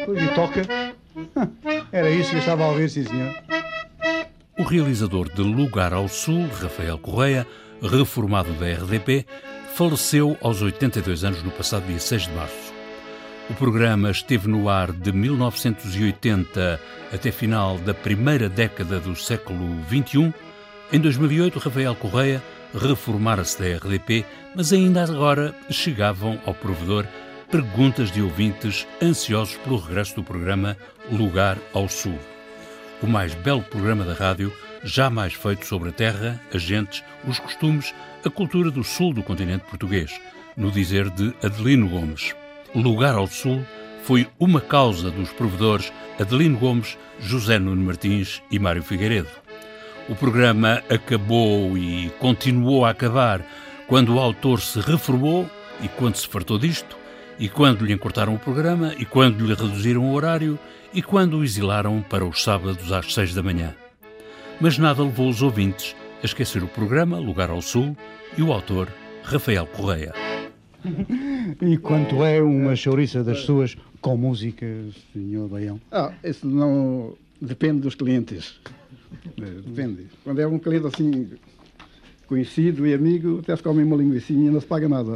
E toca. Era isso que eu estava a ouvir, sim, senhor. O realizador de Lugar ao Sul, Rafael Correia, reformado da RDP, faleceu aos 82 anos no passado dia 6 de março. O programa esteve no ar de 1980 até final da primeira década do século XXI. Em 2008, Rafael Correia reformara-se da RDP, mas ainda agora chegavam ao provedor perguntas de ouvintes ansiosos pelo regresso do programa Lugar ao Sul. O mais belo programa da rádio jamais feito sobre a terra, as gentes, os costumes, a cultura do sul do continente português, no dizer de Adelino Gomes. Lugar ao Sul foi uma causa dos provedores Adelino Gomes, José Nuno Martins e Mário Figueiredo. O programa acabou e continuou a acabar quando o autor se reformou e quando se fartou disto, e quando lhe encurtaram o programa, e quando lhe reduziram o horário, e quando o exilaram para os sábados às 6 da manhã. Mas nada levou os ouvintes a esquecer o programa Lugar ao Sul e o autor, Rafael Correia. E quanto é uma chouriça das suas com música, senhor Baião? Isso não... Depende dos clientes. Depende. Quando é um cliente assim, conhecido e amigo, até se come uma linguicinha e não se paga nada.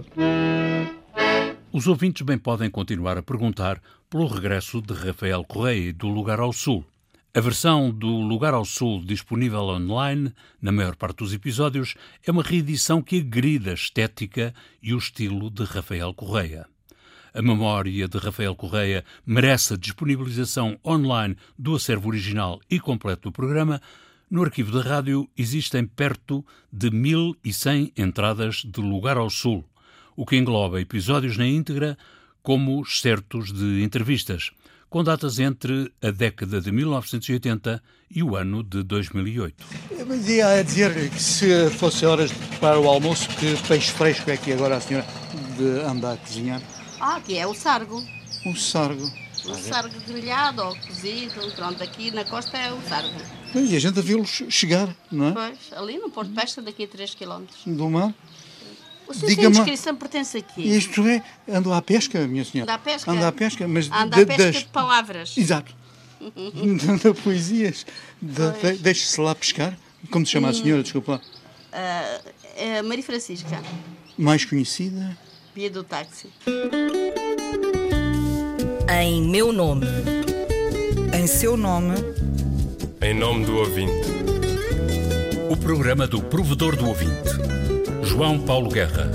Os ouvintes bem podem continuar a perguntar pelo regresso de Rafael Correia e do Lugar ao Sul. A versão do Lugar ao Sul disponível online, na maior parte dos episódios, é uma reedição que agride a estética e o estilo de Rafael Correia. A memória de Rafael Correia merece a disponibilização online do acervo original e completo do programa. No arquivo da rádio existem perto de 1.100 entradas de Lugar ao Sul, o que engloba episódios na íntegra, como excertos de entrevistas, com datas entre a década de 1980 e o ano de 2008. Mas ia dizer que se fosse horas para o almoço, que peixe fresco é que agora a senhora anda a cozinhar? Aqui é o sargo. O sargo. O sargo grelhado ou cozido, pronto, aqui na costa é o sargo. E a gente a vê-los chegar, não é? Pois, ali no Porto Pesca, daqui a 3 km. Do mar. O seu sem inscrição pertence aqui. Isto é, ando à pesca, minha senhora. Anda à pesca? Anda à pesca, mas... Anda à pesca de palavras. Exato. De poesias. Deixe-se lá pescar. Como se chama a senhora, desculpa lá? É Maria Francisca. Mais conhecida? Via do táxi. Em meu nome. Em seu nome. Em nome do ouvinte. O programa do provedor do ouvinte. João Paulo Guerra.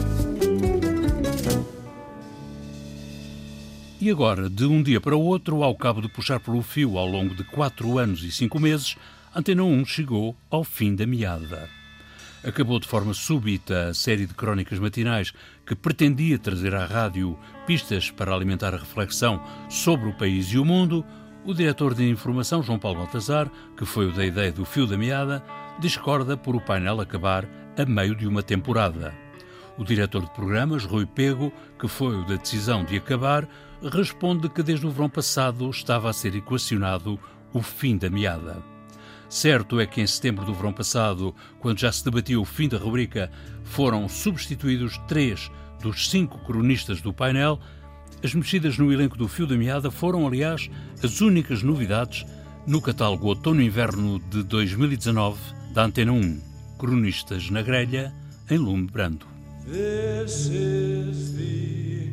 E agora, de um dia para o outro, ao cabo de puxar pelo fio ao longo de 4 anos e 5 meses, Antena 1 chegou ao fim da meada. Acabou de forma súbita a série de crónicas matinais que pretendia trazer à rádio pistas para alimentar a reflexão sobre o país e o mundo. O diretor de informação, João Paulo Baltazar, que foi o da ideia do fio da meada, discorda por o painel acabar a meio de uma temporada. O diretor de programas, Rui Pego, que foi o da decisão de acabar, responde que desde o verão passado estava a ser equacionado o fim da meada. Certo é que em setembro do verão passado, quando já se debatia o fim da rubrica, foram substituídos 3 dos 5 cronistas do painel. As mexidas no elenco do Fio da Meada foram, aliás, as únicas novidades no catálogo Outono-Inverno de 2019 da Antena 1. Cronistas na grelha, em lume brando. This is the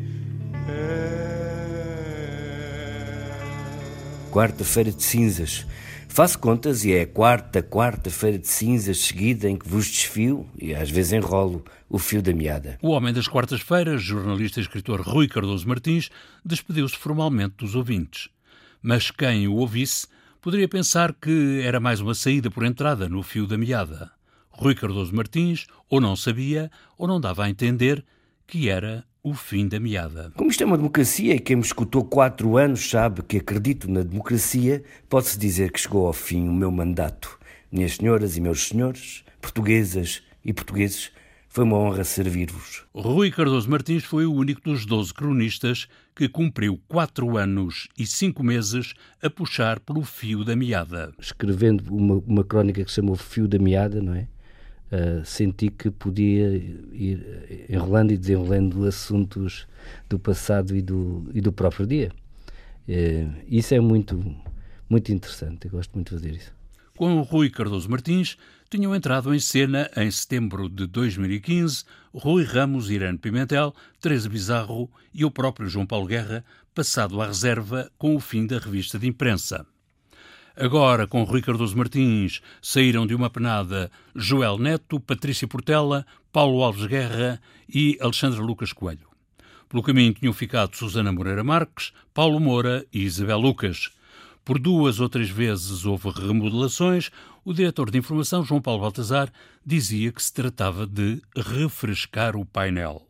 Quarta-feira de cinzas. Faço contas e é a quarta-feira de cinzas seguida em que vos desfio, e às vezes enrolo, o fio da meada. O homem das quartas-feiras, jornalista e escritor Rui Cardoso Martins, despediu-se formalmente dos ouvintes. Mas quem o ouvisse poderia pensar que era mais uma saída por entrada no fio da meada. Rui Cardoso Martins ou não sabia ou não dava a entender que era o fim da meada. Como isto é uma democracia e quem me escutou 4 anos sabe que acredito na democracia, pode-se dizer que chegou ao fim o meu mandato. Minhas senhoras e meus senhores, portuguesas e portugueses, foi uma honra servir-vos. Rui Cardoso Martins foi o único dos 12 cronistas que cumpriu 4 anos e 5 meses a puxar pelo fio da meada. Escrevendo uma crónica que se chamou Fio da Meada, não é? Senti que podia ir enrolando e desenrolando assuntos do passado e do próprio dia. Isso é muito, muito interessante, eu gosto muito de fazer isso. Com o Rui Cardoso Martins, tinham entrado em cena, em setembro de 2015, Rui Ramos, Irene Pimentel, Teresa Bizarro e o próprio João Paulo Guerra, passado à reserva com o fim da revista de imprensa. Agora, com Rui Cardoso Martins, saíram de uma penada Joel Neto, Patrícia Portela, Paulo Alves Guerra e Alexandra Lucas Coelho. Pelo caminho tinham ficado Susana Moreira Marques, Paulo Moura e Isabel Lucas. Por 2 ou 3 vezes houve remodelações. O diretor de informação, João Paulo Baltazar, dizia que se tratava de refrescar o painel.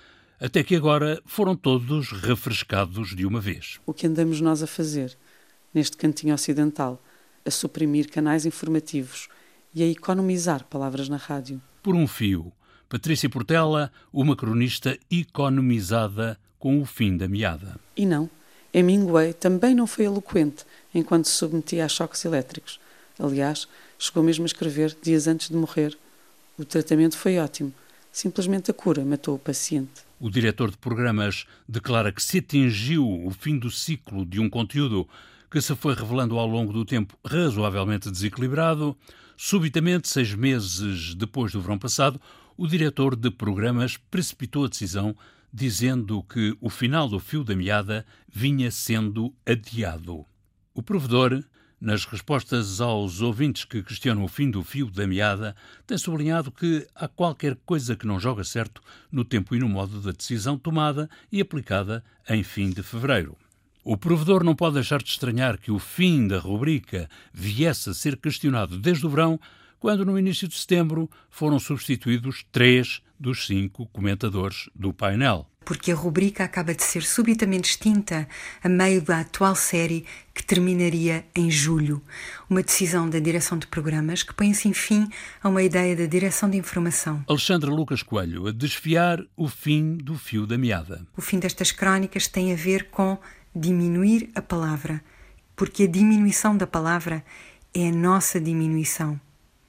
Até que agora foram todos refrescados de uma vez. O que andamos nós a fazer, neste cantinho ocidental, a suprimir canais informativos e a economizar palavras na rádio. Por um fio, Patrícia Portela, uma cronista economizada com o fim da meada. E não, Hemingway também não foi eloquente enquanto se submetia a choques elétricos. Aliás, chegou mesmo a escrever, dias antes de morrer: o tratamento foi ótimo, simplesmente a cura matou o paciente. O diretor de programas declara que se atingiu o fim do ciclo de um conteúdo que se foi revelando ao longo do tempo razoavelmente desequilibrado. Subitamente, 6 meses depois do verão passado, o diretor de programas precipitou a decisão, dizendo que o final do fio da meada vinha sendo adiado. O provedor, nas respostas aos ouvintes que questionam o fim do fio da meada, tem sublinhado que há qualquer coisa que não joga certo no tempo e no modo da decisão tomada e aplicada em fim de fevereiro. O provedor não pode deixar de estranhar que o fim da rubrica viesse a ser questionado desde o verão, quando no início de setembro foram substituídos 3 dos 5 comentadores do painel. Porque a rubrica acaba de ser subitamente extinta a meio da atual série que terminaria em julho. Uma decisão da direção de programas que põe assim fim a uma ideia da direção de informação. Alexandra Lucas Coelho, a desfiar o fim do fio da meada. O fim destas crónicas tem a ver com diminuir a palavra, porque a diminuição da palavra é a nossa diminuição.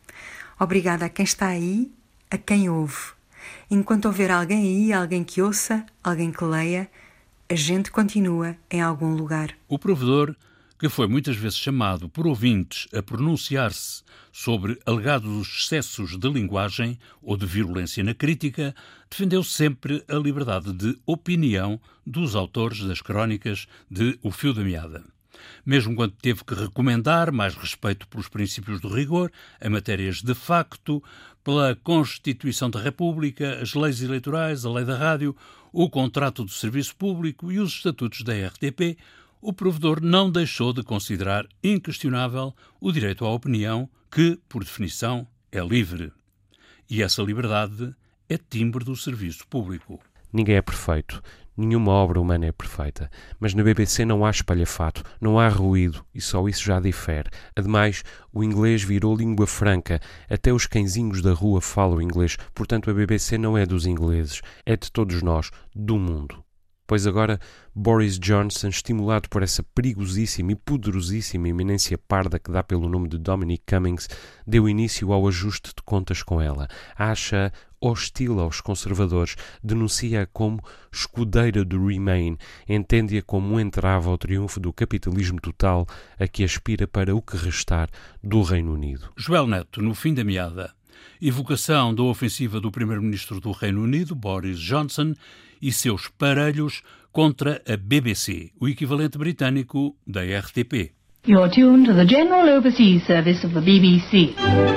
Obrigada a quem está aí, a quem ouve. Enquanto houver alguém aí, alguém que ouça, alguém que leia, a gente continua em algum lugar. O provedor, que foi muitas vezes chamado por ouvintes a pronunciar-se sobre alegados excessos de linguagem ou de virulência na crítica, defendeu sempre a liberdade de opinião dos autores das crónicas de O Fio da Meada. Mesmo quando teve que recomendar mais respeito pelos princípios do rigor, em matérias de facto, pela Constituição da República, as leis eleitorais, a lei da rádio, o contrato do serviço público e os estatutos da RTP, o provedor não deixou de considerar inquestionável o direito à opinião, que, por definição, é livre. E essa liberdade é timbre do serviço público. Ninguém é perfeito. Nenhuma obra humana é perfeita, mas na BBC não há espalhafato, não há ruído, e só isso já difere. Ademais, o inglês virou língua franca, até os cãezinhos da rua falam inglês, portanto a BBC não é dos ingleses, é de todos nós, do mundo. Pois agora, Boris Johnson, estimulado por essa perigosíssima e poderosíssima eminência parda que dá pelo nome de Dominic Cummings, deu início ao ajuste de contas com ela. Acha hostil aos conservadores, denuncia-a como escudeira do Remain, entende-a como um entrave ao triunfo do capitalismo total a que aspira para o que restar do Reino Unido. Joel Neto, no fim da meada. Evocação da ofensiva do primeiro-ministro do Reino Unido, Boris Johnson, e seus parelhos contra a BBC, o equivalente britânico da RTP. You're tuned to the General Overseas Service of the BBC.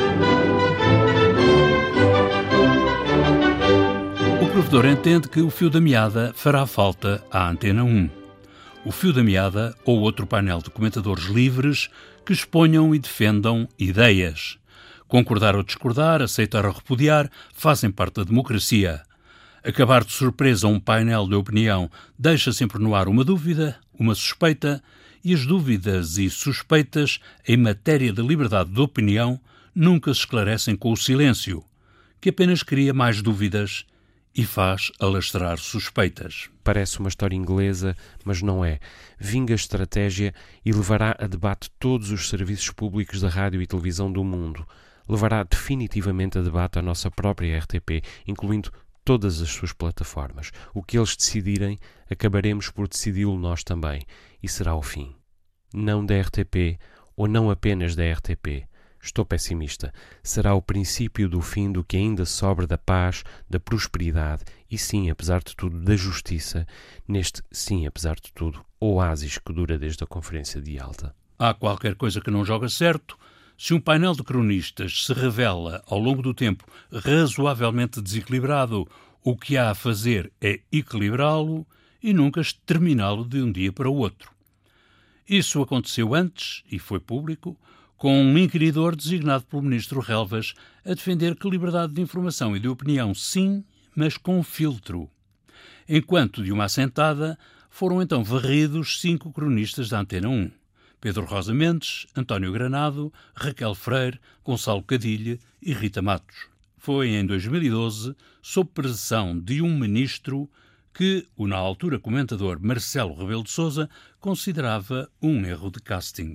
O provedor entende que o Fio da Meada fará falta à Antena 1. O Fio da Meada ou outro painel de comentadores livres que exponham e defendam ideias. Concordar ou discordar, aceitar ou repudiar, fazem parte da democracia. Acabar de surpresa um painel de opinião deixa sempre no ar uma dúvida, uma suspeita, e as dúvidas e suspeitas em matéria de liberdade de opinião nunca se esclarecem com o silêncio, que apenas cria mais dúvidas e faz alastrar suspeitas. Parece uma história inglesa, mas não é. Vinga a estratégia e levará a debate todos os serviços públicos da rádio e televisão do mundo. Levará definitivamente a debate a nossa própria RTP, incluindo todas as suas plataformas. O que eles decidirem, acabaremos por decidi-lo nós também, e será o fim. Não da RTP, ou não apenas da RTP. Estou pessimista. Será o princípio do fim do que ainda sobra da paz, da prosperidade e, sim, apesar de tudo, da justiça, neste, sim, apesar de tudo, oásis que dura desde a Conferência de Yalta. Há qualquer coisa que não joga certo. Se um painel de cronistas se revela, ao longo do tempo, razoavelmente desequilibrado, o que há a fazer é equilibrá-lo e nunca exterminá-lo de um dia para o outro. Isso aconteceu antes, e foi público, com um inquiridor designado pelo ministro Relvas a defender que liberdade de informação e de opinião sim, mas com filtro. Enquanto de uma assentada foram então varridos 5 cronistas da Antena 1. Pedro Rosa Mendes, António Granado, Raquel Freire, Gonçalo Cadilha e Rita Matos. Foi em 2012, sob pressão de um ministro que o, na altura, comentador Marcelo Rebelo de Sousa considerava um erro de casting.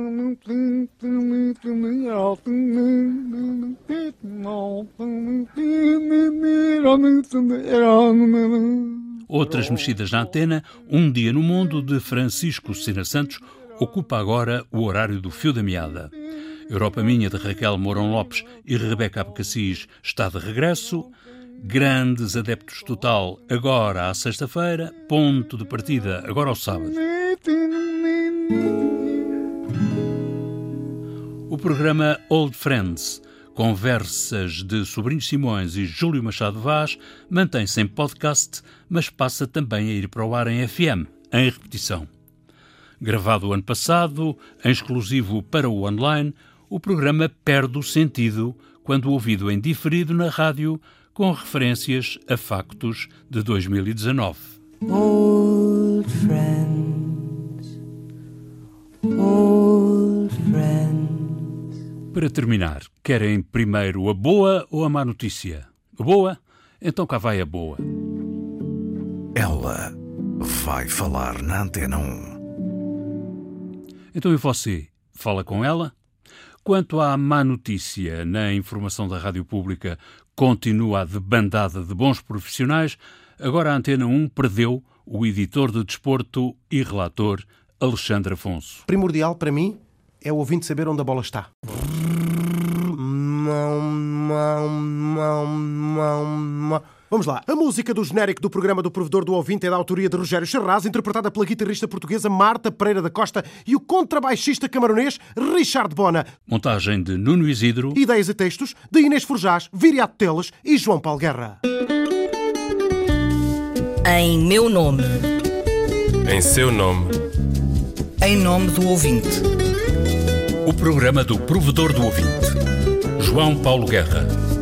Outras mexidas na antena, Um Dia no Mundo, de Francisco Sena Santos, ocupa agora o horário do Fio da Meada. Europa Minha, de Raquel Mourão Lopes e Rebeca Abcacis, está de regresso. Grandes Adeptos Total, agora à sexta-feira. Ponto de partida, agora ao sábado. O programa Old Friends, conversas de Sobrinhos Simões e Júlio Machado Vaz, mantém-se em podcast, mas passa também a ir para o ar em FM, em repetição. Gravado o ano passado, em exclusivo para o online, o programa perde o sentido quando ouvido em diferido na rádio, com referências a factos de 2019. Old friends, old friends. Para terminar, querem primeiro a boa ou a má notícia? A boa? Então cá vai a boa. Ela vai falar na Antena 1. Então e você? Fala com ela? Quanto à má notícia, na informação da Rádio Pública continua a debandada de bons profissionais, agora a Antena 1 perdeu o editor de desporto e relator Alexandre Afonso. Primordial para mim é o ouvinte saber onde a bola está. Vamos lá. A música do genérico do programa do Provedor do Ouvinte é da autoria de Rogério Charraz, interpretada pela guitarrista portuguesa Marta Pereira da Costa e o contrabaixista camaronês Richard Bona. Montagem de Nuno Isidro. Ideias e textos de Inês Forjás, Viriato Teles e João Paulo Guerra. Em meu nome. Em seu nome. Em nome do ouvinte. O programa do Provedor do Ouvinte. João Paulo Guerra.